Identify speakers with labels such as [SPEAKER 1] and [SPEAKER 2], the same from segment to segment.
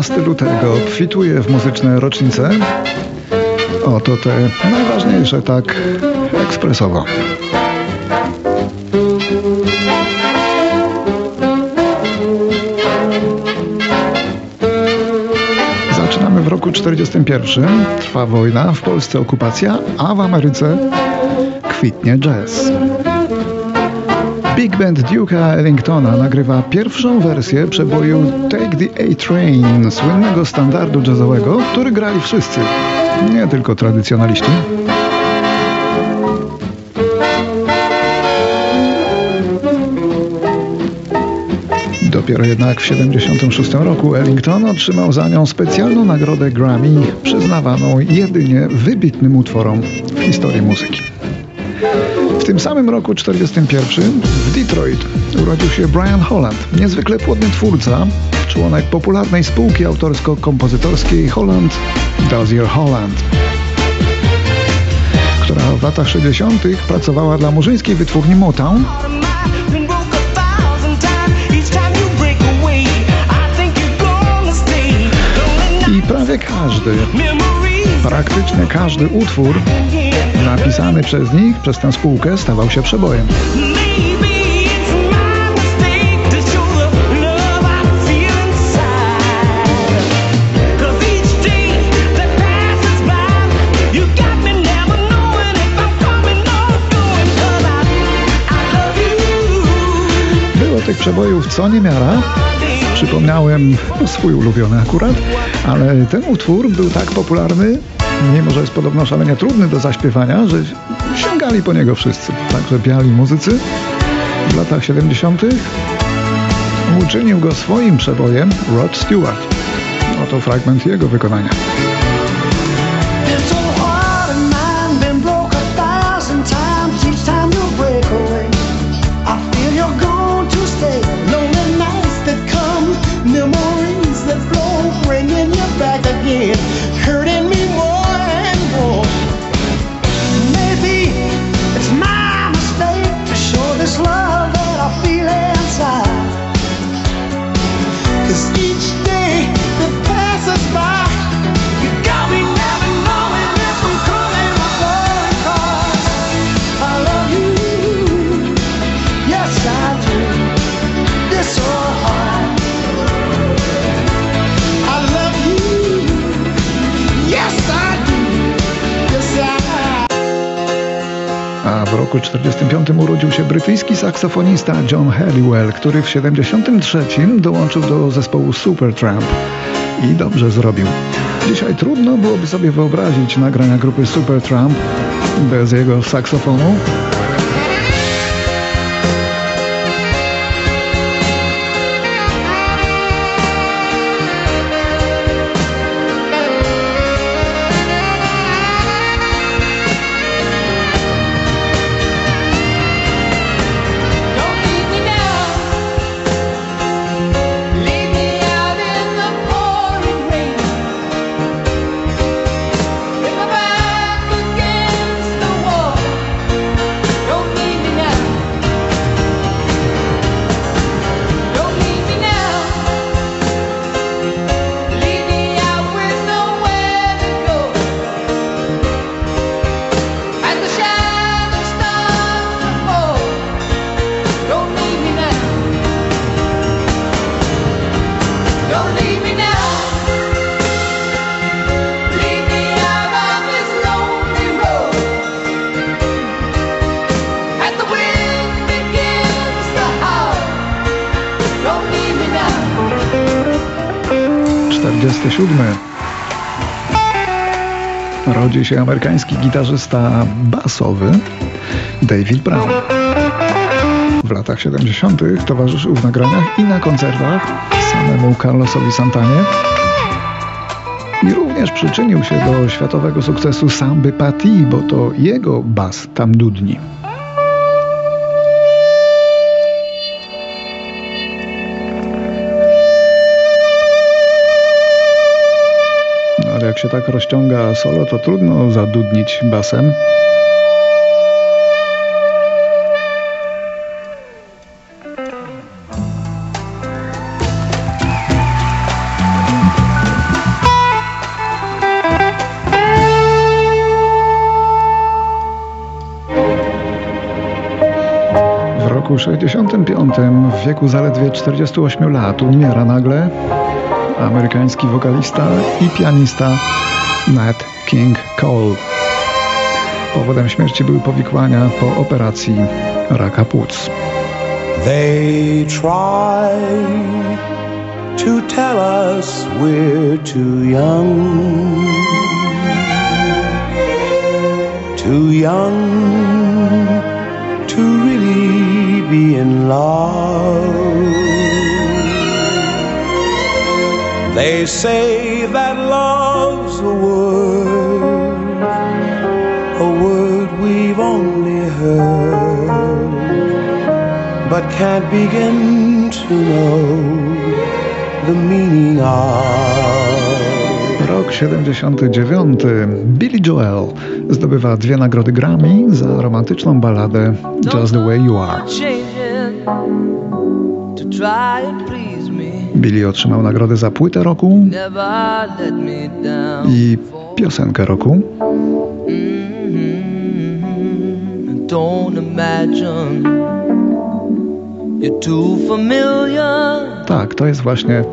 [SPEAKER 1] 14 lutego obfituje w muzyczne rocznice. Oto te najważniejsze, tak ekspresowo. Zaczynamy w roku 41. Trwa wojna, w Polsce okupacja, a w Ameryce kwitnie jazz. Big Band Duke'a Ellingtona nagrywa pierwszą wersję przeboju Take the A-Train, słynnego standardu jazzowego, który grali wszyscy, nie tylko tradycjonaliści. Dopiero jednak w 1976 roku Ellington otrzymał za nią specjalną nagrodę Grammy, przyznawaną jedynie wybitnym utworom w historii muzyki. W tym samym roku 1941 w Detroit urodził się Brian Holland, niezwykle płodny twórca, członek popularnej spółki autorsko-kompozytorskiej Holland Dozier Holland, która w latach 60. pracowała dla murzyńskiej wytwórni Motown. I prawie praktycznie każdy utwór napisany przez nich, przez tę spółkę, stawał się przebojem. Było tych przebojów co niemiara. Przypomniałem swój ulubiony akurat, ale ten utwór był tak popularny, mimo że jest podobno szalenie trudny do zaśpiewania, że sięgali po niego wszyscy. Także biali muzycy w latach 70. uczynił go swoim przebojem Rod Stewart. Oto fragment jego wykonania. A w roku 1945 urodził się brytyjski saksofonista John Halliwell, który w 1973 dołączył do zespołu Supertramp i dobrze zrobił. Dzisiaj trudno byłoby sobie wyobrazić nagrania grupy Supertramp bez jego saksofonu. Rodzi się amerykański gitarzysta basowy David Brown. W latach 70. towarzyszył w nagraniach i na koncertach samemu Carlosowi Santanie i również przyczynił się do światowego sukcesu Samby Patty, bo to jego bas tam dudni. Ale jak się tak rozciąga solo, to trudno zadudnić basem. roku 65, w wieku zaledwie 48 lat, umiera nagle amerykański wokalista i pianista Nat King Cole. Powodem śmierci były powikłania po operacji raka płuc.
[SPEAKER 2] They try to tell us we're too young to really be in love. They say that love's a word we've only heard, but can't begin to know the meaning of.
[SPEAKER 1] Rok 79. Billy Joel zdobywa 2 nagrody Grammy za romantyczną balladę Just the Way You Are. Billy otrzymał nagrodę za płytę roku i piosenkę roku. Tak, to jest właśnie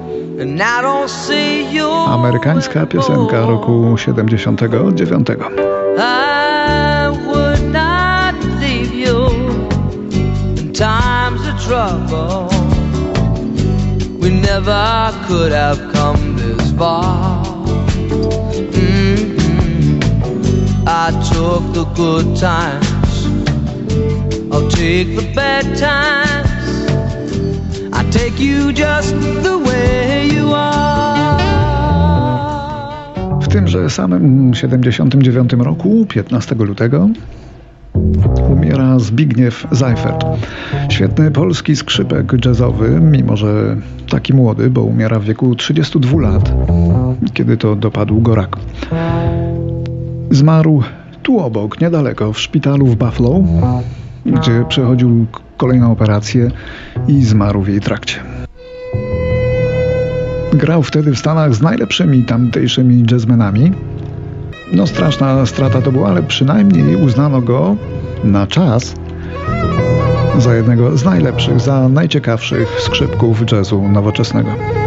[SPEAKER 1] amerykańska piosenka roku 79.
[SPEAKER 3] We never could have come this far. I took the good times, I'll take the bad times. I take you just the way you are.
[SPEAKER 1] W tymże samym 79 roku, 15 lutego, umiera Zbigniew Seifert. Świetny polski skrzypek jazzowy, mimo że taki młody, bo umiera w wieku 32 lat, kiedy to dopadł go rak. Zmarł tu obok, niedaleko, w szpitalu w Buffalo, gdzie przechodził kolejną operację i zmarł w jej trakcie. Grał wtedy w Stanach z najlepszymi tamtejszymi jazzmenami. No straszna strata to była, ale przynajmniej uznano go na czas za jednego z najlepszych, za najciekawszych skrzypków jazzu nowoczesnego.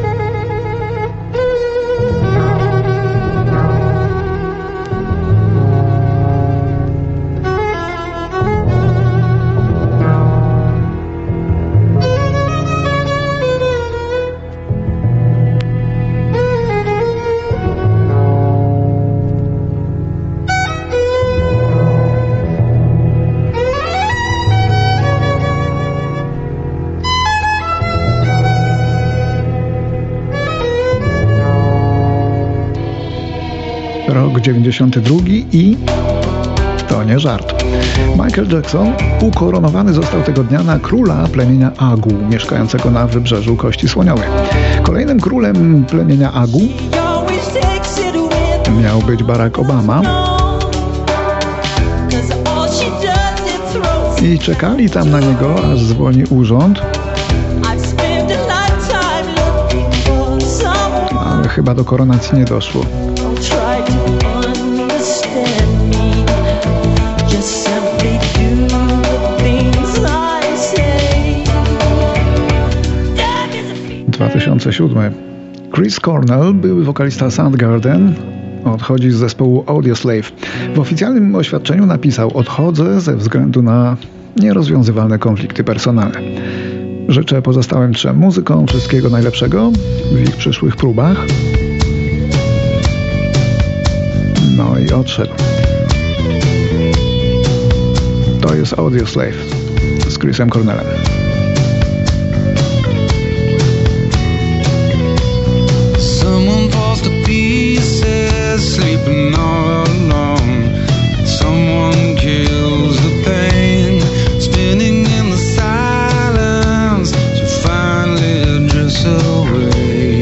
[SPEAKER 1] Rok 92 i to nie żart. Michael Jackson ukoronowany został tego dnia na króla plemienia Agu, mieszkającego na wybrzeżu Kości Słoniowej. Kolejnym królem plemienia Agu miał być Barack Obama i czekali tam na niego, aż zwolni urząd, ale chyba do koronacji nie doszło. 2007. Chris Cornell, były wokalista Soundgarden, odchodzi z zespołu Audioslave. W oficjalnym oświadczeniu napisał: odchodzę ze względu na nierozwiązywalne konflikty personalne. Życzę pozostałym 3 muzykom wszystkiego najlepszego w ich przyszłych próbach. No i odszedł. To jest Audioslave z Chrisem Cornellem.
[SPEAKER 4] Someone falls to pieces, sleeping all alone. Someone kills the pain, spinning in the silence to finally drift away.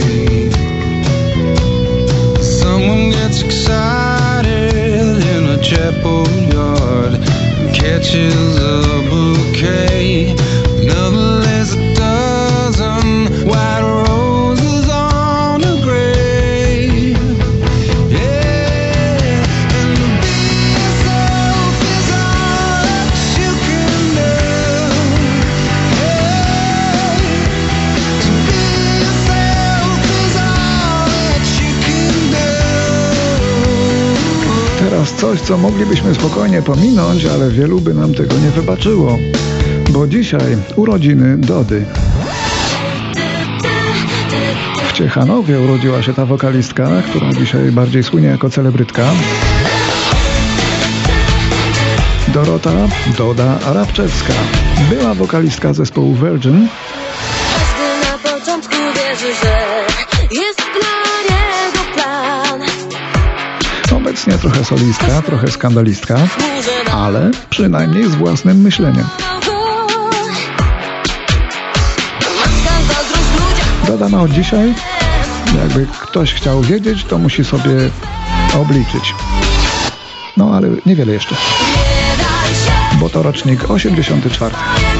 [SPEAKER 4] Someone gets excited in a chapel yard and catches a bouquet. Another lays a dozen white roses on a grave. Yeah, and the big soap is all that you can do.
[SPEAKER 1] coś, co moglibyśmy spokojnie pominąć, ale wielu by nam tego nie wybaczyło. Bo dzisiaj urodziny Dody. W Ciechanowie urodziła się ta wokalistka, która dzisiaj bardziej słynie jako celebrytka. Dorota Doda Rabczewska. Była wokalistka zespołu Virgin.
[SPEAKER 5] Każdy na początku wierzy, że jest dla niego plan.
[SPEAKER 1] Obecnie trochę solistka, trochę skandalistka, ale przynajmniej z własnym myśleniem. Doda ma od dzisiaj, jakby ktoś chciał wiedzieć, to musi sobie obliczyć. No ale niewiele jeszcze, bo to rocznik 84.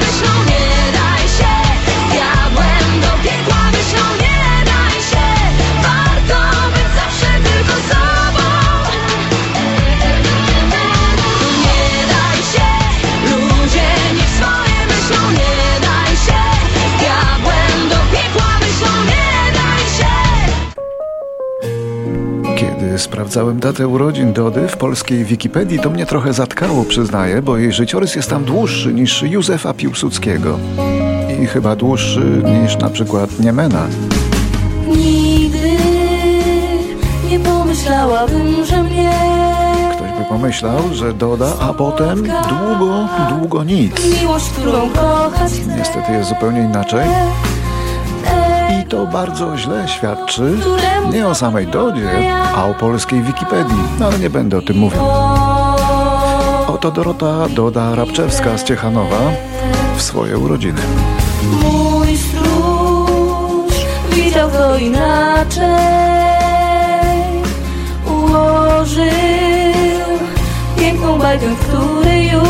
[SPEAKER 1] Kiedy sprawdzałem datę urodzin Dody w polskiej Wikipedii, to mnie trochę zatkało, przyznaję, bo jej życiorys jest tam dłuższy niż Józefa Piłsudskiego. I chyba dłuższy niż na przykład Niemena.
[SPEAKER 5] Nigdy nie pomyślałabym, że mnie
[SPEAKER 1] Ktoś by pomyślał, że Doda, a potem długo nic.
[SPEAKER 5] miłość, którą kochać chcę.
[SPEAKER 1] Niestety jest zupełnie inaczej. I to bardzo źle świadczy nie o samej Dodzie, a o polskiej Wikipedii. No ale nie będę o tym mówił. Oto Dorota Doda Rabczewska z Ciechanowa w swoje urodziny.
[SPEAKER 5] Mój stróż widział to inaczej. Ułożył piękną bajkę, w której już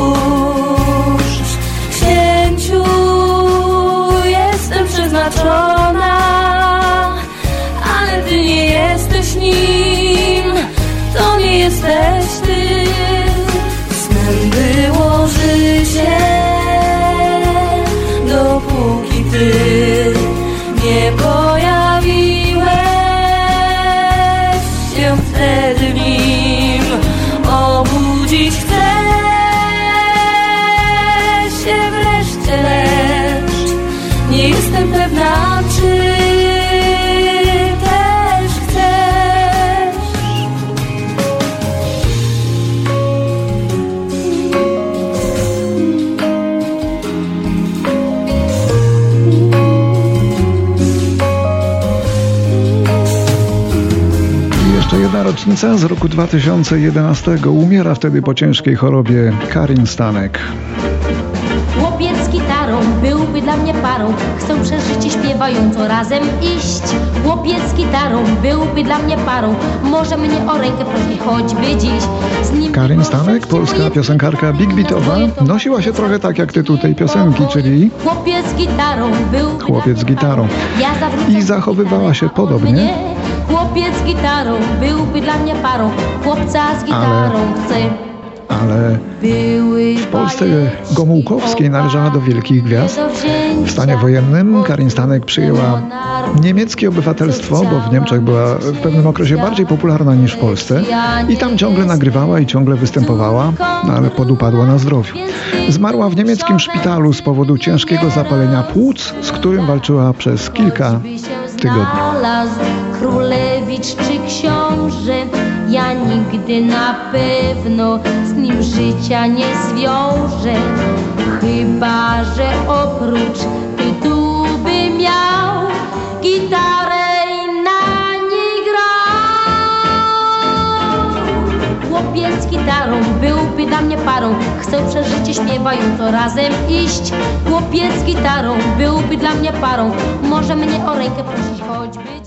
[SPEAKER 5] księciu jestem przeznaczona, ale ty nie jesteś nim, to nie jesteś ty. Snem było życie, dopóki ty nie pojawiłeś się wtedy w nim. Obudzić chcę się wreszcie, lecz nie jestem pewna, czy też chcesz.
[SPEAKER 1] Jeszcze jedna rocznica z roku 2011. Umiera wtedy po ciężkiej chorobie Karin Stanek.
[SPEAKER 6] Chłopiec z gitarą byłby dla mnie parą. Chcę przez życie śpiewająco razem iść. Chłopiec z gitarą byłby dla mnie parą. Może mnie o rękę prosić choćby dziś. Z nim
[SPEAKER 1] Karin Stanek, polska piosenkarka big beatowa, nosiła się trochę tak jak tytuł tej piosenki, czyli
[SPEAKER 6] Chłopiec z gitarą byłby
[SPEAKER 1] Chłopiec z
[SPEAKER 6] dla mnie
[SPEAKER 1] gitarą.
[SPEAKER 6] parą. Ja zawrócę
[SPEAKER 1] I zachowywała się
[SPEAKER 6] gitarę
[SPEAKER 1] podobnie.
[SPEAKER 6] mnie. Chłopiec z gitarą byłby dla mnie parą. Chłopca z gitarą chcę.
[SPEAKER 1] Ale w Polsce Gomułkowskiej należała do wielkich gwiazd. W stanie wojennym Karin Stanek przyjęła niemieckie obywatelstwo, bo w Niemczech była w pewnym okresie bardziej popularna niż w Polsce. I tam ciągle nagrywała i ciągle występowała, no ale podupadła na zdrowiu. Zmarła w niemieckim szpitalu z powodu ciężkiego zapalenia płuc, z którym walczyła przez kilka tygodni.
[SPEAKER 6] Królewicz czy książę, ja nigdy na pewno z nim życia nie zwiążę. Chyba że oprócz tytułu by miał gitarę i na niej grał. Chłopiec z gitarą byłby dla mnie parą. Chcę przez życie śpiewająco razem iść. Chłopiec z gitarą byłby dla mnie parą. Może mnie o rękę prosić choćby